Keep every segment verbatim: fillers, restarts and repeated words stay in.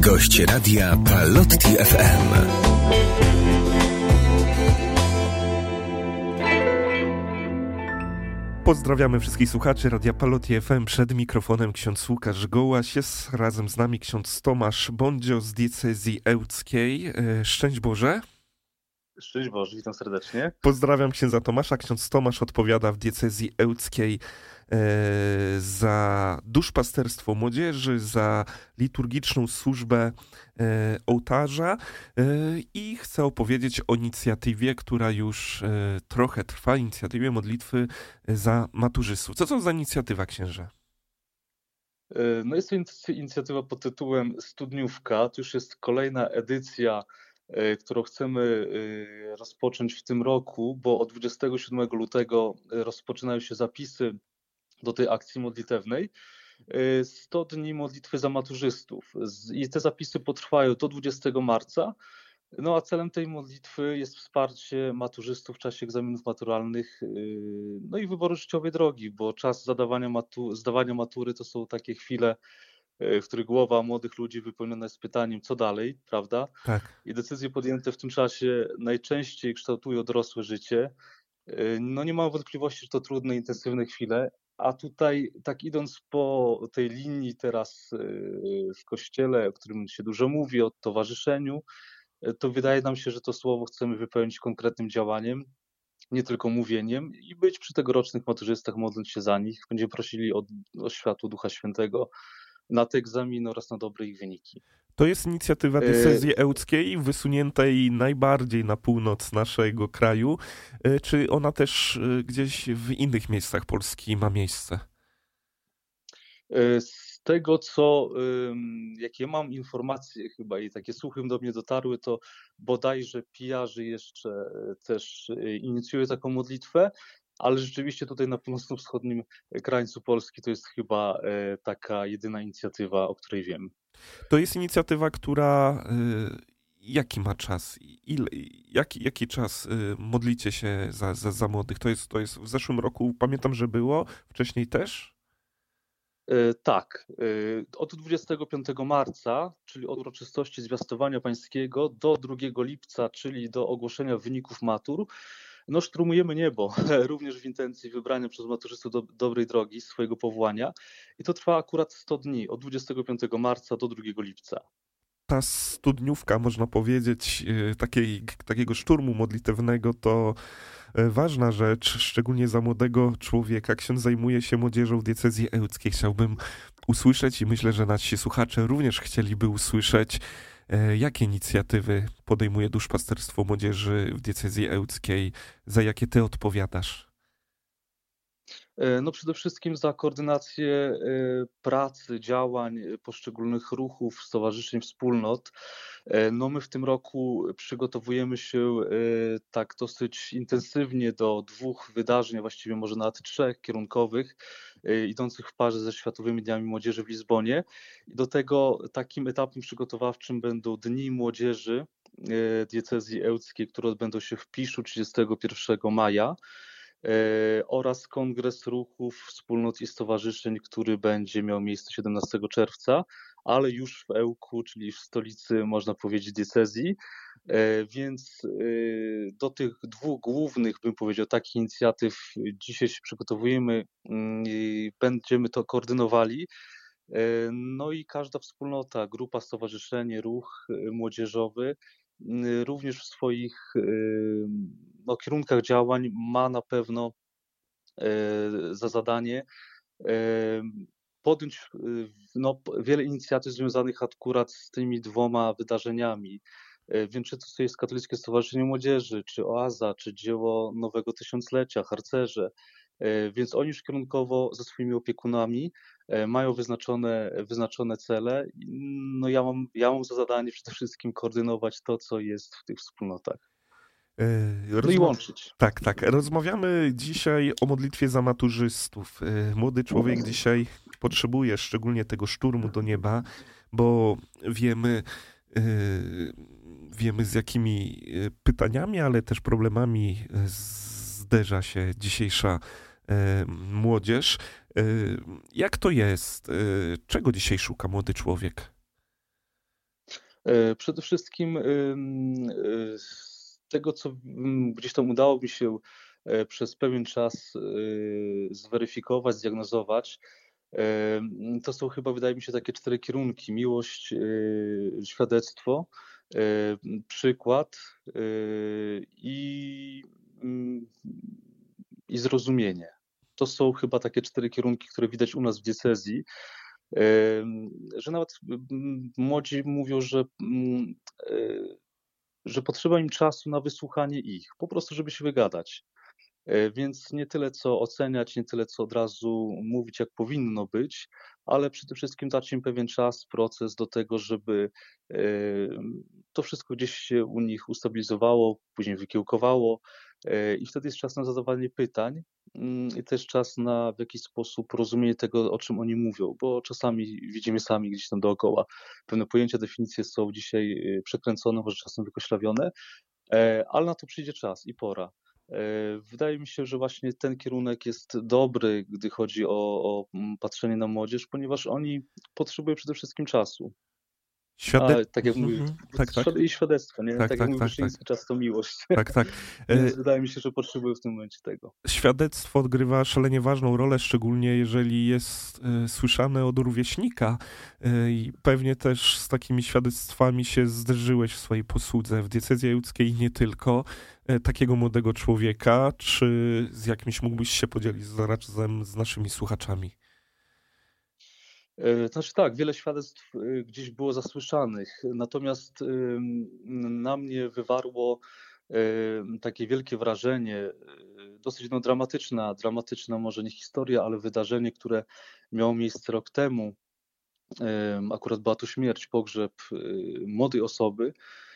Gość radia Palotti F M. Pozdrawiamy wszystkich słuchaczy Radia Palotti F M. Przed mikrofonem ksiądz Łukasz Gołaś. Jest razem z nami ksiądz Tomasz Bondzio z diecezji ełckiej. Szczęść Boże. Szczęść Boże, witam serdecznie. Pozdrawiam księdza Tomasza. Ksiądz Tomasz odpowiada w diecezji ełckiej e, za duszpasterstwo młodzieży, za liturgiczną służbę e, ołtarza e, i chcę opowiedzieć o inicjatywie, która już e, trochę trwa, inicjatywie modlitwy za maturzystów. Co to za inicjatywa, księże? No jest to inicjatywa pod tytułem Studniówka. To już jest kolejna edycja, którą chcemy rozpocząć w tym roku, bo od dwudziestego siódmego lutego rozpoczynają się zapisy do tej akcji modlitewnej. sto dni modlitwy za maturzystów i te zapisy potrwają do dwudziestego marca. No a celem tej modlitwy jest wsparcie maturzystów w czasie egzaminów maturalnych, no i wyboru życiowej drogi, bo czas zadawania matu- zdawania matury to są takie chwile, w których głowa młodych ludzi wypełniona jest pytaniem, co dalej, prawda? Tak. I decyzje podjęte w tym czasie najczęściej kształtują dorosłe życie. No nie mam wątpliwości, że to trudne, intensywne chwile, a tutaj tak idąc po tej linii teraz w Kościele, o którym się dużo mówi, o towarzyszeniu, to wydaje nam się, że to słowo chcemy wypełnić konkretnym działaniem, nie tylko mówieniem i być przy tegorocznych maturzystach, modląc się za nich. Będziemy prosili o, o światło Ducha Świętego na te egzaminy oraz na dobre ich wyniki. To jest inicjatywa diecezji ełckiej, wysuniętej najbardziej na północ naszego kraju. Czy ona też gdzieś w innych miejscach Polski ma miejsce? Z tego, co, jakie mam informacje chyba i takie słuchy do mnie dotarły, to bodajże pijarzy jeszcze też inicjuje taką modlitwę, ale rzeczywiście tutaj na północno-wschodnim krańcu Polski to jest chyba taka jedyna inicjatywa, o której wiem. To jest inicjatywa, która jaki ma czas? Ile, jaki, jaki czas modlicie się za, za, za młodych? To jest, to jest w zeszłym roku, pamiętam, że było, wcześniej też? Tak, od dwudziestego piątego marca, czyli od uroczystości Zwiastowania Pańskiego do drugiego lipca, czyli do ogłoszenia wyników matur, no szturmujemy niebo, również w intencji wybrania przez maturzystów do, dobrej drogi, swojego powołania i to trwa akurat sto dni, od dwudziestego piątego marca do drugiego lipca. Ta studniówka, można powiedzieć, takiej, takiego szturmu modlitewnego to ważna rzecz, szczególnie za młodego człowieka. Ksiądz zajmuje się młodzieżą w diecezji ełckiej. Chciałbym usłyszeć i myślę, że nasi słuchacze również chcieliby usłyszeć, jakie inicjatywy podejmuje duszpasterstwo młodzieży w diecezji ełckiej, za jakie ty odpowiadasz? No przede wszystkim za koordynację pracy, działań poszczególnych ruchów, stowarzyszeń, wspólnot. No my w tym roku przygotowujemy się tak dosyć intensywnie do dwóch wydarzeń, a właściwie może nawet trzech kierunkowych, idących w parze ze Światowymi Dniami Młodzieży w Lizbonie. I do tego takim etapem przygotowawczym będą Dni Młodzieży diecezji ełckiej, które odbędą się w Piszu trzydziestego pierwszego maja. Oraz Kongres Ruchów, Wspólnot i Stowarzyszeń, który będzie miał miejsce siedemnastego czerwca, ale już w Ełku, czyli w stolicy, można powiedzieć, diecezji. Więc do tych dwóch głównych, bym powiedział, takich inicjatyw dzisiaj się przygotowujemy i będziemy to koordynowali. No i każda wspólnota, grupa, stowarzyszenie, ruch młodzieżowy również w swoich no, kierunkach działań ma na pewno za zadanie podjąć no, wiele inicjatyw związanych akurat z tymi dwoma wydarzeniami. Wiem, czy to jest Katolickie Stowarzyszenie Młodzieży, czy Oaza, czy Dzieło Nowego Tysiąclecia, harcerze. Więc oni już kierunkowo ze swoimi opiekunami mają wyznaczone, wyznaczone cele. No ja mam, ja mam za zadanie przede wszystkim koordynować to, co jest w tych wspólnotach. Rozma- no i łączyć. Tak, tak. Rozmawiamy dzisiaj o modlitwie za maturzystów. Młody człowiek dzisiaj potrzebuje szczególnie tego szturmu do nieba, bo wiemy, wiemy z jakimi pytaniami, ale też problemami zderza się dzisiejsza młodzież. Jak to jest? Czego dzisiaj szuka młody człowiek? E, Przede wszystkim ym, e, z tego, co mm, gdzieś tam udało mi się e, przez pewien czas e, zweryfikować, zdiagnozować, e, mm, to są chyba, wydaje mi się, takie cztery kierunki: miłość, e, świadectwo, e, m, przykład e, i, mm, i zrozumienie. To są chyba takie cztery kierunki, które widać u nas w diecezji. Em, Że nawet mm, młodzi mówią, że mm, e, że potrzeba im czasu na wysłuchanie ich, po prostu żeby się wygadać. E, Więc nie tyle co oceniać, nie tyle co od razu mówić, jak powinno być, ale przede wszystkim dać im pewien czas, proces do tego, żeby e, to wszystko gdzieś się u nich ustabilizowało, później wykiełkowało, e, i wtedy jest czas na zadawanie pytań, mm, i też czas na w jakiś sposób rozumienie tego, o czym oni mówią, bo czasami widzimy sami gdzieś tam dookoła pewne pojęcia, definicje są dzisiaj e, przekręcone, może czasem wykoślawione, E, ale na to przyjdzie czas i pora. E, Wydaje mi się, że właśnie ten kierunek jest dobry, gdy chodzi o, o mm, patrzenie na młodzież, ponieważ oni potrzebują przede wszystkim czasu. A Świade... tak jak mówił, Mhm. Tak, tak. i świadectwo, nie? Tak, Tak jak tak, mówił tak, tak. Wyszyński, czas to miłość. Tak, tak. E, Więc wydaje mi się, że potrzebują w tym momencie tego. Świadectwo odgrywa szalenie ważną rolę, szczególnie jeżeli jest e, słyszane od rówieśnika, e, i pewnie też z takimi świadectwami się zderzyłeś w swojej posłudze w diecezji ełckiej i nie tylko. E, takiego młodego człowieka, czy z jakimś mógłbyś się podzielić zarazem z naszymi słuchaczami? E, Znaczy tak, wiele świadectw e, gdzieś było zasłyszanych, natomiast ym, na mnie wywarło e, takie wielkie wrażenie, e, dosyć no, dramatyczna, dramatyczna może nie historia, ale wydarzenie, które miało miejsce rok temu. Em, Akurat była to śmierć, pogrzeb e, młodej osoby,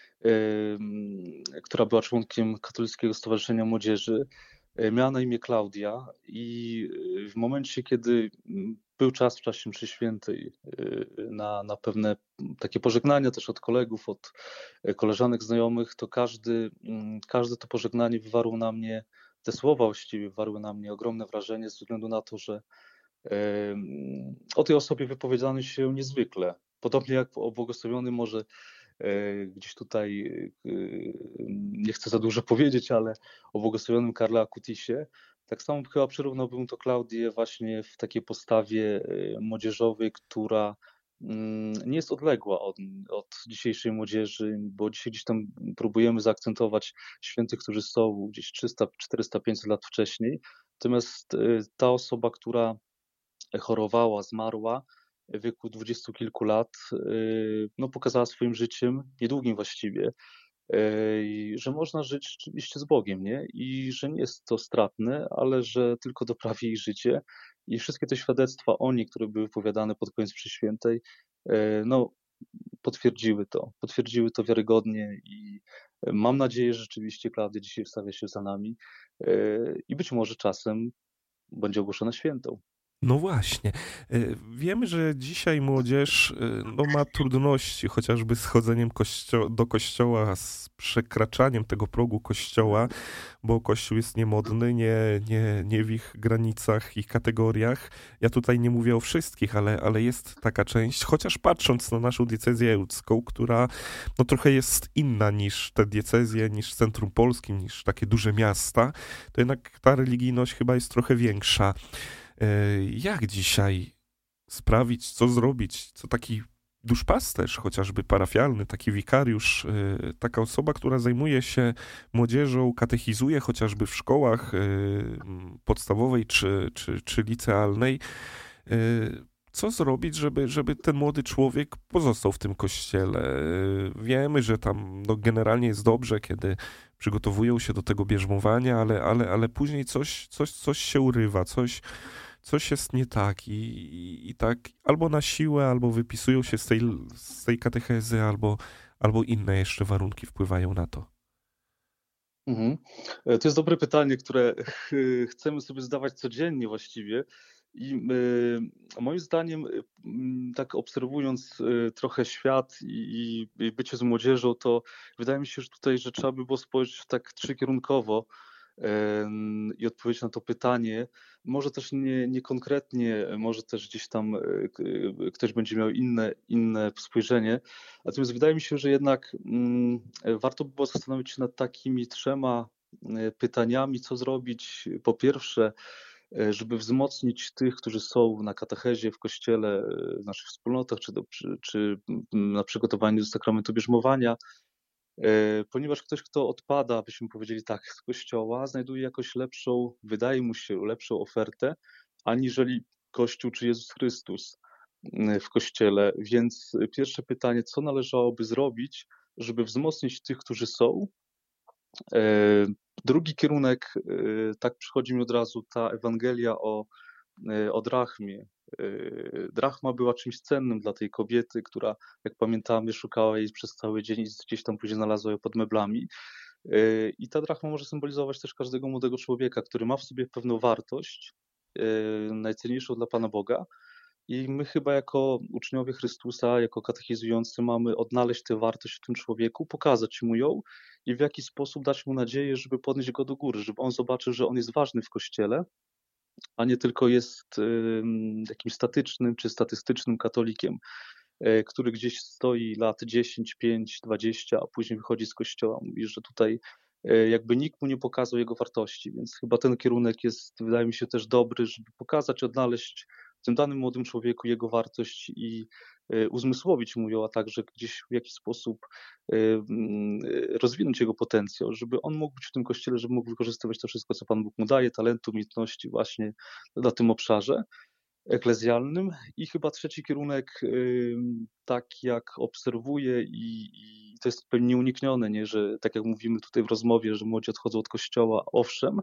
em, która była członkiem Katolickiego Stowarzyszenia Młodzieży. E, Miała na imię Klaudia i e, w momencie, kiedy mm, był czas w czasie mszy świętej e, na, na pewne takie pożegnania też od kolegów, od e, koleżanek, znajomych, to każdy, mm, każde to pożegnanie wywarło na mnie, te słowa właściwie wywarły na mnie ogromne wrażenie ze względu na to, że em, o tej osobie wypowiedziano się niezwykle. Podobnie jak o błogosławionym, może e, gdzieś tutaj e, nie chcę za dużo powiedzieć, ale o błogosławionym Karle Akutisie. Tak samo chyba przyrównałbym to Klaudię właśnie w takiej postawie e, młodzieżowej, która mm, nie jest odległa od, od dzisiejszej młodzieży, bo dzisiaj gdzieś tam próbujemy zaakcentować świętych, którzy są gdzieś trzysta, czterysta, pięćset lat wcześniej. Natomiast e, ta osoba, która chorowała, zmarła w wieku dwudziestu kilku lat, yy, no pokazała swoim życiem, niedługim właściwie, yy, że można żyć rzeczywiście z Bogiem, nie? I że nie jest to stratne, ale że tylko doprawi jej życie. I wszystkie te świadectwa o niej, które były wypowiadane pod koniec mszy świętej, yy, no potwierdziły to, potwierdziły to wiarygodnie i mam nadzieję, że rzeczywiście Klaudia dzisiaj wstawia się za nami yy, i być może czasem będzie ogłoszona świętą. No właśnie. E, Wiemy, że dzisiaj młodzież e, no, ma trudności chociażby z chodzeniem kościo- do kościoła, z przekraczaniem tego progu kościoła, bo kościół jest niemodny, nie, nie, nie w ich granicach i kategoriach. Ja tutaj nie mówię o wszystkich, ale, ale jest taka część, chociaż patrząc na naszą diecezję ełcką, która no, trochę jest inna niż te diecezje, niż centrum polskim, niż takie duże miasta, to jednak ta religijność chyba jest trochę większa. E, Jak dzisiaj sprawić, co zrobić, co taki duszpasterz, chociażby parafialny, taki wikariusz, e, taka osoba, która zajmuje się młodzieżą, katechizuje chociażby w szkołach e, podstawowej czy, czy, czy licealnej, e, co zrobić, żeby, żeby ten młody człowiek pozostał w tym kościele? E, Wiemy, że tam no, generalnie jest dobrze, kiedy przygotowują się do tego bierzmowania, ale, ale, ale później coś, coś, coś się urywa, coś, coś jest nie tak i, i, i tak albo na siłę, albo wypisują się z tej, z tej katechezy, albo, albo inne jeszcze warunki wpływają na to. Mhm. E, To jest dobre pytanie, które ch- chcemy sobie zadawać codziennie właściwie. I y, moim zdaniem, y, mm, tak obserwując y, trochę świat i, i bycie z młodzieżą, to wydaje mi się, że tutaj, że trzeba by było spojrzeć tak trzykierunkowo. I odpowiedź na to pytanie, może też nie, nie konkretnie, może też gdzieś tam ktoś będzie miał inne, inne spojrzenie. Natomiast wydaje mi się, że jednak mm, warto by było zastanowić się nad takimi trzema pytaniami, co zrobić po pierwsze, żeby wzmocnić tych, którzy są na katechezie w kościele, w naszych wspólnotach, czy, do, czy, czy na przygotowaniu do sakramentu bierzmowania, ponieważ ktoś, kto odpada, byśmy powiedzieli tak, z kościoła, znajduje jakoś lepszą, wydaje mu się, lepszą ofertę, aniżeli Kościół czy Jezus Chrystus w kościele. Więc pierwsze pytanie, co należałoby zrobić, żeby wzmocnić tych, którzy są? Drugi kierunek, tak przychodzi mi od razu ta Ewangelia o, o drachmie. Drachma była czymś cennym dla tej kobiety, która, jak pamiętamy, szukała jej przez cały dzień i gdzieś tam później znalazła ją pod meblami. I ta drachma może symbolizować też każdego młodego człowieka, który ma w sobie pewną wartość, najcenniejszą dla Pana Boga. I my chyba jako uczniowie Chrystusa, jako katechizujący mamy odnaleźć tę wartość w tym człowieku, pokazać mu ją i w jakiś sposób dać mu nadzieję, żeby podnieść go do góry, żeby on zobaczył, że on jest ważny w Kościele, a nie tylko jest jakimś statycznym czy statystycznym katolikiem, który gdzieś stoi lat dziesięć, pięć, dwadzieścia, a później wychodzi z Kościoła. Mówi, że tutaj jakby nikt mu nie pokazał jego wartości, więc chyba ten kierunek jest, wydaje mi się, też dobry, żeby pokazać, odnaleźć w tym danym młodym człowieku jego wartość i uzmysłowić mu ją, a także gdzieś w jakiś sposób rozwinąć jego potencjał, żeby on mógł być w tym Kościele, żeby mógł wykorzystywać to wszystko, co Pan Bóg mu daje, talentu, umiejętności właśnie na tym obszarze eklezjalnym. I chyba trzeci kierunek, tak jak obserwuję i, i to jest pewnie nieuniknione, nie, że tak jak mówimy tutaj w rozmowie, że młodzi odchodzą od Kościoła, owszem,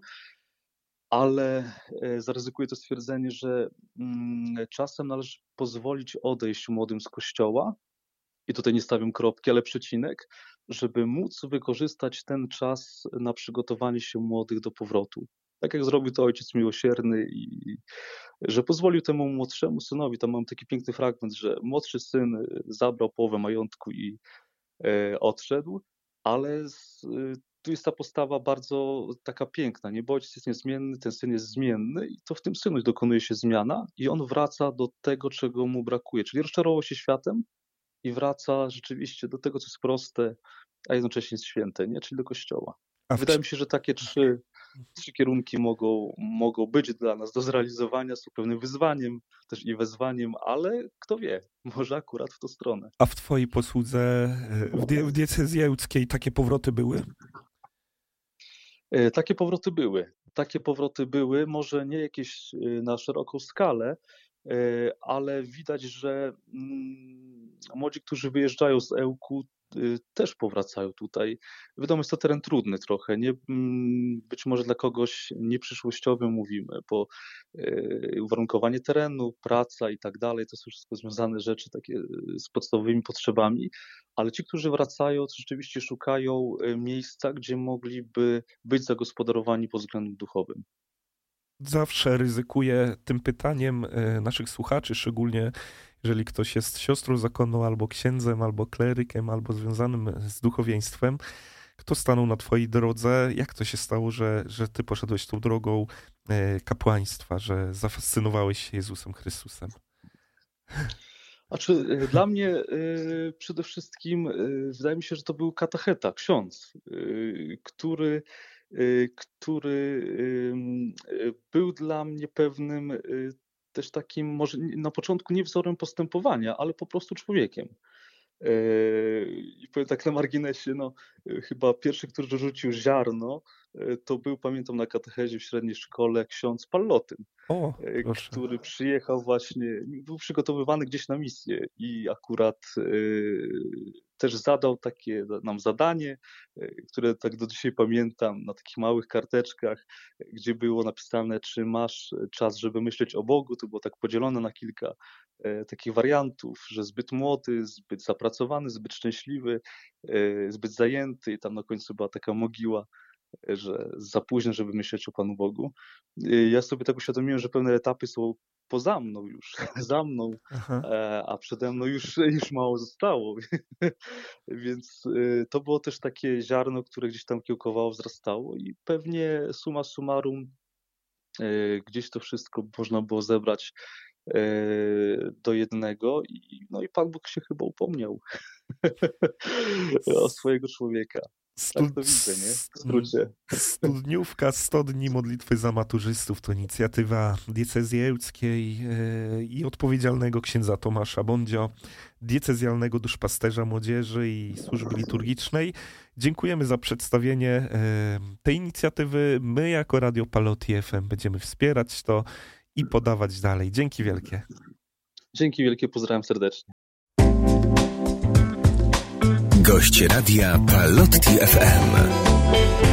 ale zaryzykuję to stwierdzenie, że czasem należy pozwolić odejść młodym z Kościoła, i tutaj nie stawiam kropki, ale przecinek, żeby móc wykorzystać ten czas na przygotowanie się młodych do powrotu. Tak jak zrobił to Ojciec Miłosierny i że pozwolił temu młodszemu synowi, tam mam taki piękny fragment, że młodszy syn zabrał połowę majątku i e, odszedł, ale z, tu jest ta postawa bardzo taka piękna, nie? Bo ojciec jest niezmienny, ten syn jest zmienny i to w tym synu dokonuje się zmiana i on wraca do tego, czego mu brakuje, czyli rozczarował się światem i wraca rzeczywiście do tego, co jest proste, a jednocześnie jest święte, nie? Czyli do Kościoła. A w Wydaje mi się, że takie trzy, trzy kierunki mogą, mogą być dla nas do zrealizowania, są pewnym wyzwaniem też i wezwaniem, ale kto wie, może akurat w tą stronę. A w twojej posłudze w, die, w diecezji ełckiej takie powroty były? Takie powroty były. Takie powroty były, może nie jakieś na szeroką skalę, ale widać, że młodzi, którzy wyjeżdżają z Ełku, też powracają tutaj. Wiadomo, jest to teren trudny trochę, nie, być może dla kogoś nieprzyszłościowy mówimy, bo uwarunkowanie terenu, praca i tak dalej, to są wszystko związane rzeczy takie z podstawowymi potrzebami, ale ci, którzy wracają, to rzeczywiście szukają miejsca, gdzie mogliby być zagospodarowani pod względem duchowym. Zawsze ryzykuję tym pytaniem naszych słuchaczy, szczególnie jeżeli ktoś jest siostrą zakonną, albo księdzem, albo klerykiem, albo związanym z duchowieństwem. Kto stanął na twojej drodze? Jak to się stało, że, że ty poszedłeś tą drogą kapłaństwa, że zafascynowałeś się Jezusem Chrystusem? Znaczy, dla mnie przede wszystkim wydaje mi się, że to był katecheta, ksiądz, który który był dla mnie pewnym też takim, może na początku nie wzorem postępowania, ale po prostu człowiekiem. I powiem tak na marginesie, no chyba pierwszy, który rzucił ziarno, to był, pamiętam, na katechezie w średniej szkole ksiądz Pallotyn, o, który przyjechał właśnie, był przygotowywany gdzieś na misję i akurat też zadał takie nam zadanie, które tak do dzisiaj pamiętam, na takich małych karteczkach, gdzie było napisane, czy masz czas, żeby myśleć o Bogu. To było tak podzielone na kilka takich wariantów, że zbyt młody, zbyt zapracowany, zbyt szczęśliwy, zbyt zajęty i tam na końcu była taka mogiła że za późno, żeby myśleć o Panu Bogu. Ja sobie tak uświadomiłem, że pewne etapy są poza mną już, za mną, Aha. a przede mną już, już mało zostało. Więc to było też takie ziarno, które gdzieś tam kiełkowało, wzrastało i pewnie summa summarum gdzieś to wszystko można było zebrać do jednego i, no i Pan Bóg się chyba upomniał o swojego człowieka. Stu... Tak to widzę, nie? W skrócie. Studniówka sto dni modlitwy za maturzystów to inicjatywa diecezji ełckiej i odpowiedzialnego księdza Tomasza Bondzio, diecezjalnego duszpasterza młodzieży i służby liturgicznej. Dziękujemy za przedstawienie tej inicjatywy. My jako Radio Palotti F M będziemy wspierać to i podawać dalej. Dzięki wielkie. Dzięki wielkie, pozdrawiam serdecznie. Gość Radia Palotti F M.